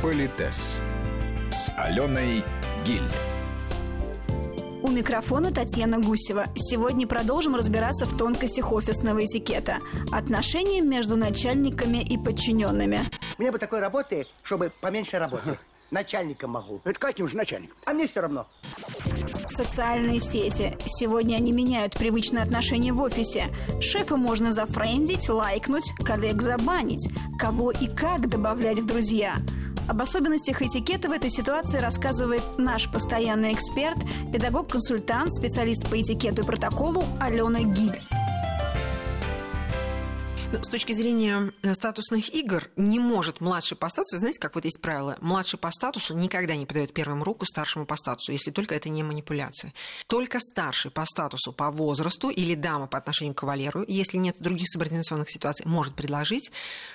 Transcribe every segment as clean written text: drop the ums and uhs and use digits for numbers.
Политес с Аленой Гиль. У микрофона Татьяна Гусева. Сегодня продолжим разбираться в тонкостях офисного этикета. Отношения между начальниками и подчиненными. Мне бы такой работы, чтобы поменьше работы. Начальником могу. Это каким же начальником? А мне все равно. Социальные сети. Сегодня они меняют привычные отношения в офисе. Шефа можно зафрендить, лайкнуть, коллег забанить. Кого и как добавлять в друзья. Об особенностях этикета в этой ситуации рассказывает наш постоянный эксперт, педагог-консультант, специалист по этикету и протоколу Алена Гиль. С точки зрения статусных игр, не может младший по статусу, знаете, как вот есть правило, младший по статусу никогда не подает первым руку старшему по статусу, если только это не манипуляция. Только старший по статусу, по возрасту или дама по отношению к кавалеру, если нет других субординационных ситуаций, может предложить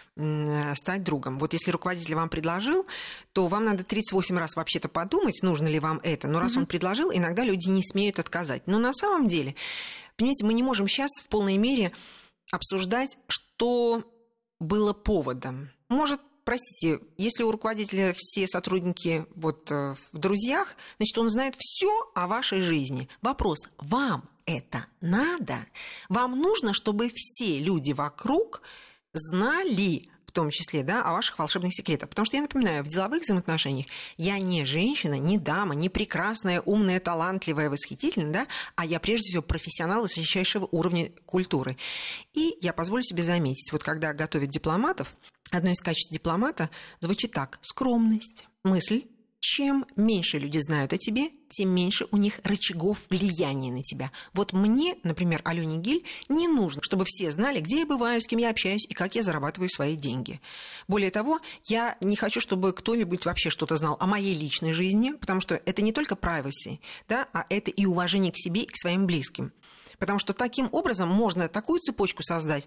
стать другом. Вот если руководитель вам предложил, то вам надо 38 раз вообще-то подумать, нужно ли вам это. Но раз он предложил, иногда люди не смеют отказать. Но на самом деле, понимаете, мы не можем сейчас в полной мере обсуждать, что было поводом. Может, простите, если у руководителя все сотрудники вот в друзьях, значит, он знает все о вашей жизни. Вопрос, вам это надо? Вам нужно, чтобы все люди вокруг знали, в том числе, да, о ваших волшебных секретах. Потому что, я напоминаю, в деловых взаимоотношениях я не женщина, не дама, не прекрасная, умная, талантливая, восхитительная, да, а я прежде всего профессионал высочайшего уровня культуры. И я позволю себе заметить, вот когда готовят дипломатов, одно из качеств дипломата звучит так: скромность, мысль. Чем меньше люди знают о тебе, тем меньше у них рычагов влияния на тебя. Вот мне, например, Алене Гиль, не нужно, чтобы все знали, где я бываю, с кем я общаюсь и как я зарабатываю свои деньги. Более того, я не хочу, чтобы кто-нибудь вообще что-то знал о моей личной жизни, потому что это не только privacy, да, а это и уважение к себе и к своим близким. Потому что таким образом можно такую цепочку создать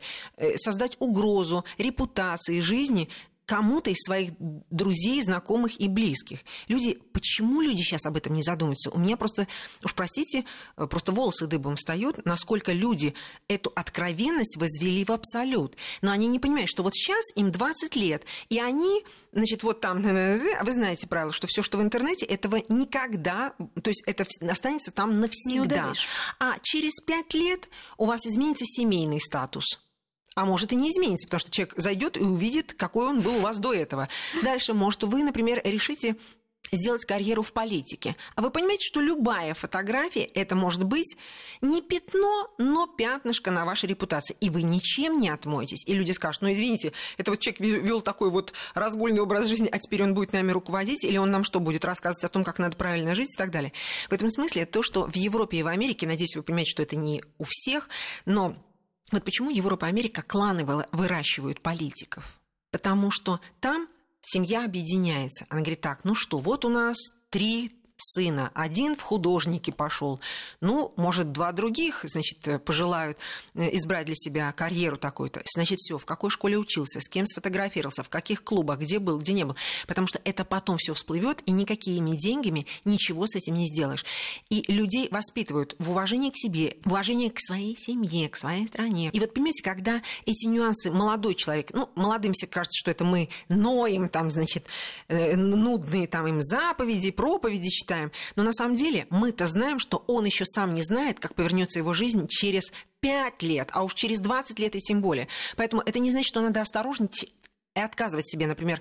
угрозу репутации жизни кому-то из своих друзей, знакомых и близких. Почему люди сейчас об этом не задумываются? У меня просто, уж простите, просто волосы дыбом встают, насколько люди эту откровенность возвели в абсолют. Но они не понимают, что вот сейчас им 20 лет, и они, значит, вот там, вы знаете правило, что все, что в интернете, этого никогда, то есть это останется там навсегда. А через 5 лет у вас изменится семейный статус. А может и не изменится, потому что человек зайдет и увидит, какой он был у вас до этого. Дальше, может, вы, например, решите сделать карьеру в политике. А вы понимаете, что любая фотография, это может быть не пятно, но пятнышко на вашей репутации. И вы ничем не отмоетесь. И люди скажут, ну, извините, это вот человек вел такой вот разгульный образ жизни, а теперь он будет нами руководить, или он нам что, будет рассказывать о том, как надо правильно жить и так далее. В этом смысле то, что в Европе и в Америке, надеюсь, вы понимаете, что это не у всех, но вот почему Европа и Америка кланы выращивают политиков? Потому что там семья объединяется. Она говорит, так, ну что, вот у нас 3 сына, один в художники пошел, ну, может, 2 других, значит, пожелают избрать для себя карьеру такой-то, значит, все, в какой школе учился, с кем сфотографировался, в каких клубах, где был, где не был, потому что это потом все всплывет, и никакими деньгами ничего с этим не сделаешь. И людей воспитывают в уважении к себе, в уважении к своей семье, к своей стране. И вот, понимаете, когда эти нюансы молодой человек, ну, молодым себе кажется, что это мы ноем, там, значит, нудные там им заповеди, проповеди читаем, но на самом деле мы-то знаем, что он еще сам не знает, как повернется его жизнь через 5 лет, а уж через 20 лет и тем более. Поэтому это не значит, что надо осторожничать и отказывать себе, например,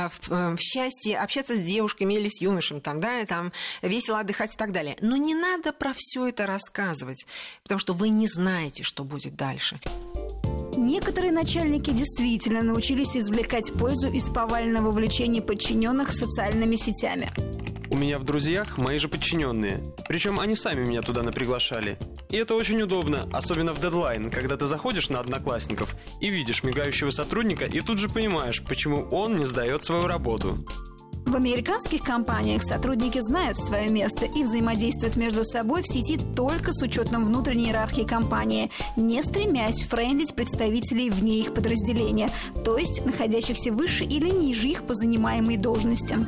в счастье общаться с девушками или с юношем, там, да, там, весело отдыхать и так далее. Но не надо про все это рассказывать, потому что вы не знаете, что будет дальше. Некоторые начальники действительно научились извлекать пользу из повального увлечения подчиненных социальными сетями. У меня в друзьях мои же подчиненные. Причем они сами меня туда наприглашали. И это очень удобно, особенно в дедлайн, когда ты заходишь на Одноклассников и видишь мигающего сотрудника, и тут же понимаешь, почему он не сдает свою работу. В американских компаниях сотрудники знают свое место и взаимодействуют между собой в сети только с учетом внутренней иерархии компании, не стремясь френдить представителей вне их подразделения, то есть находящихся выше или ниже их по занимаемой должности.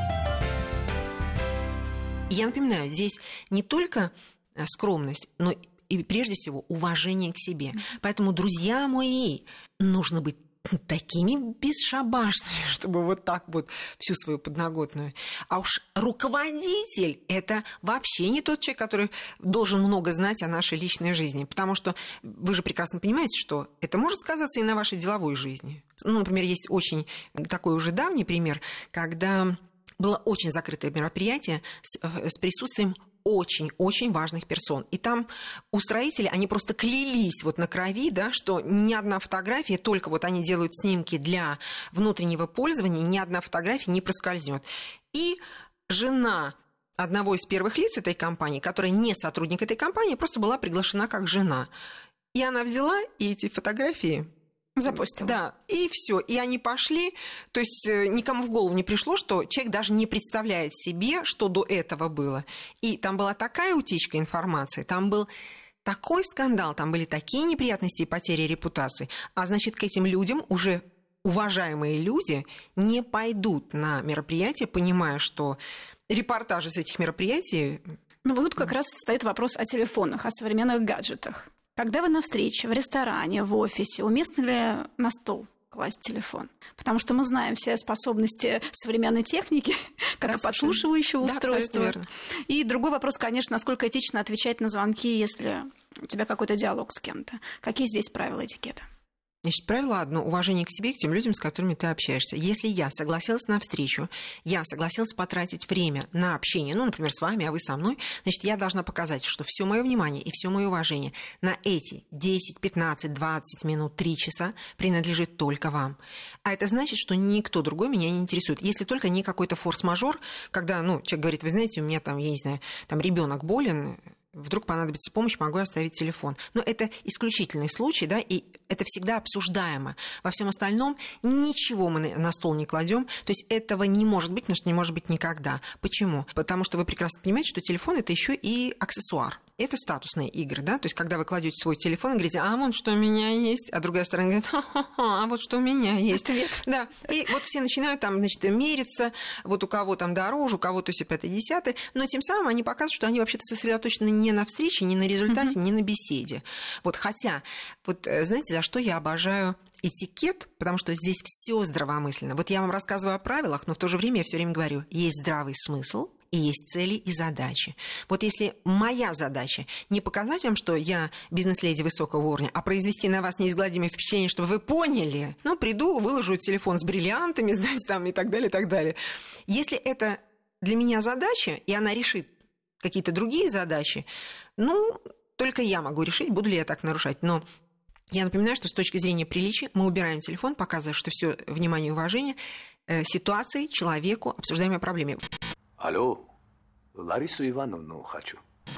Я напоминаю, здесь не только скромность, но и прежде всего уважение к себе. Поэтому, друзья мои, нужно быть такими бесшабашными, чтобы вот так вот всю свою подноготную. А уж руководитель – это вообще не тот человек, который должен много знать о нашей личной жизни. Потому что вы же прекрасно понимаете, что это может сказаться и на вашей деловой жизни. Ну, например, есть очень такой уже давний пример, когда было очень закрытое мероприятие с присутствием очень-очень важных персон. И там устроители, они просто клялись вот на крови, да, что ни одна фотография, только вот они делают снимки для внутреннего пользования, ни одна фотография не проскользнет. И жена одного из первых лиц этой компании, которая не сотрудник этой компании, просто была приглашена как жена. И она взяла и эти фотографии запустила. Да, и все. И они пошли. То есть никому в голову не пришло, что человек даже не представляет себе, что до этого было. И там была такая утечка информации, там был такой скандал, там были такие неприятности и потери репутации. А значит, к этим людям уже уважаемые люди не пойдут на мероприятие, понимая, что репортажи с этих мероприятий... Ну вот тут как раз встает вопрос о телефонах, о современных гаджетах. Когда вы на встрече, в ресторане, в офисе, уместно ли на стол класть телефон? Потому что мы знаем все способности современной техники, как и подслушивающего устройства. Верно. И другой вопрос, конечно, насколько этично отвечать на звонки, если у тебя какой-то диалог с кем-то. Какие здесь правила этикета? Значит, правило одно – уважение к себе и к тем людям, с которыми ты общаешься. Если я согласилась на встречу, я согласилась потратить время на общение, ну, например, с вами, а вы со мной, значит, я должна показать, что все мое внимание и все мое уважение на эти 10, 15, 20 минут, 3 часа принадлежит только вам. А это значит, что никто другой меня не интересует. Если только не какой-то форс-мажор, когда, ну, человек говорит, вы знаете, у меня там, я не знаю, там ребенок болен, вдруг понадобится помощь, могу оставить телефон. Но это исключительный случай, да, и это всегда обсуждаемо. Во всем остальном ничего мы на стол не кладем. То есть этого не может быть, потому что не может быть никогда. Почему? Потому что вы прекрасно понимаете, что телефон – это еще и аксессуар. Это статусные игры, да, то есть когда вы кладете свой телефон и говорите, а вот что у меня есть, а другая сторона говорит, а вот что у меня есть. Ответ. Да, и вот все начинают там, значит, мериться, вот у кого там дороже, у кого то все 5-10, но тем самым они показывают, что они вообще-то сосредоточены не на встрече, не на результате, не на беседе. Вот, хотя, вот знаете, за что я обожаю этикет, потому что здесь все здравомысленно. Вот я вам рассказываю о правилах, но в то же время я все время говорю, есть здравый смысл, и есть цели и задачи. Вот если моя задача не показать вам, что я бизнес-леди высокого уровня, а произвести на вас неизгладимое впечатление, чтобы вы поняли, ну, приду, выложу телефон с бриллиантами, знаете, там, и так далее, и так далее. Если это для меня задача, и она решит какие-то другие задачи, ну, только я могу решить, буду ли я так нарушать. Но я напоминаю, что с точки зрения приличия мы убираем телефон, показывая, что все внимание и уважение ситуации, человеку, обсуждаемой проблеме. Алло, Ларису Ивановну хочу.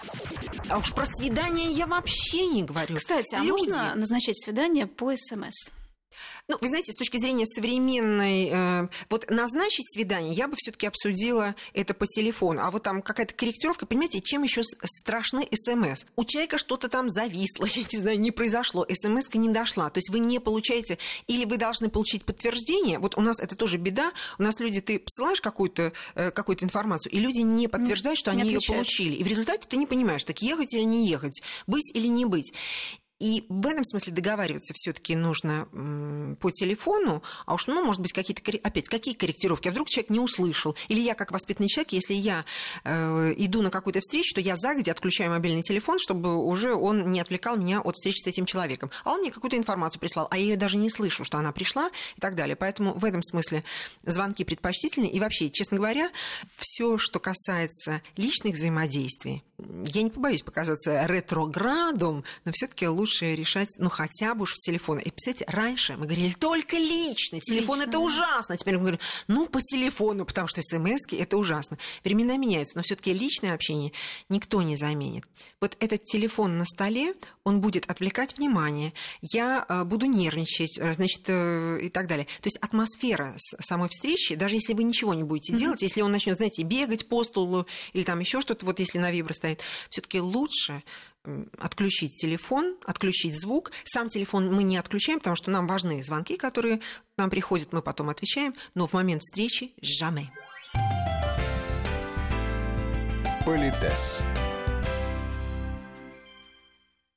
А уж про свидание я вообще не говорю. Кстати, а люди... можно назначать свидание по СМС? Ну, вы знаете, с точки зрения современной... вот назначить свидание я бы все-таки обсудила это по телефону. А вот там какая-то корректировка, понимаете, чем еще страшны СМС? У человека что-то там зависло, я не знаю, не произошло, СМС-ка не дошла. То есть вы не получаете... Или вы должны получить подтверждение. Вот у нас это тоже беда. У нас люди, ты посылаешь какую-то информацию, и люди не подтверждают, что они ее получили. И в результате ты не понимаешь, так ехать или не ехать, быть или не быть. И в этом смысле договариваться все-таки нужно по телефону, а уж, ну, может быть, какие-то, опять, какие корректировки? А вдруг человек не услышал? Или я, как воспитанный человек, если я иду на какую-то встречу, то я загодя отключаю мобильный телефон, чтобы уже он не отвлекал меня от встречи с этим человеком. А он мне какую-то информацию прислал, а я ее даже не слышу, что она пришла и так далее. Поэтому в этом смысле звонки предпочтительны. И вообще, честно говоря, все, что касается личных взаимодействий, я не побоюсь показаться ретроградом, но все-таки лучше решать, ну, хотя бы уж в телефон. И, представляете, раньше мы говорили только лично. Телефон – это ужасно. Теперь мы говорим, ну, по телефону, потому что смс-ки – это ужасно. Времена меняются, но все-таки личное общение никто не заменит. Вот этот телефон на столе, он будет отвлекать внимание. Я буду нервничать, значит, и так далее. То есть атмосфера самой встречи, даже если вы ничего не будете делать, если он начнет, знаете, бегать по столу или там еще что-то, вот если на вибро стоит, все-таки лучше отключить телефон, отключить звук. Сам телефон мы не отключаем, потому что нам важны звонки, которые к нам приходят, мы потом отвечаем, но в момент встречи jamais. Политес.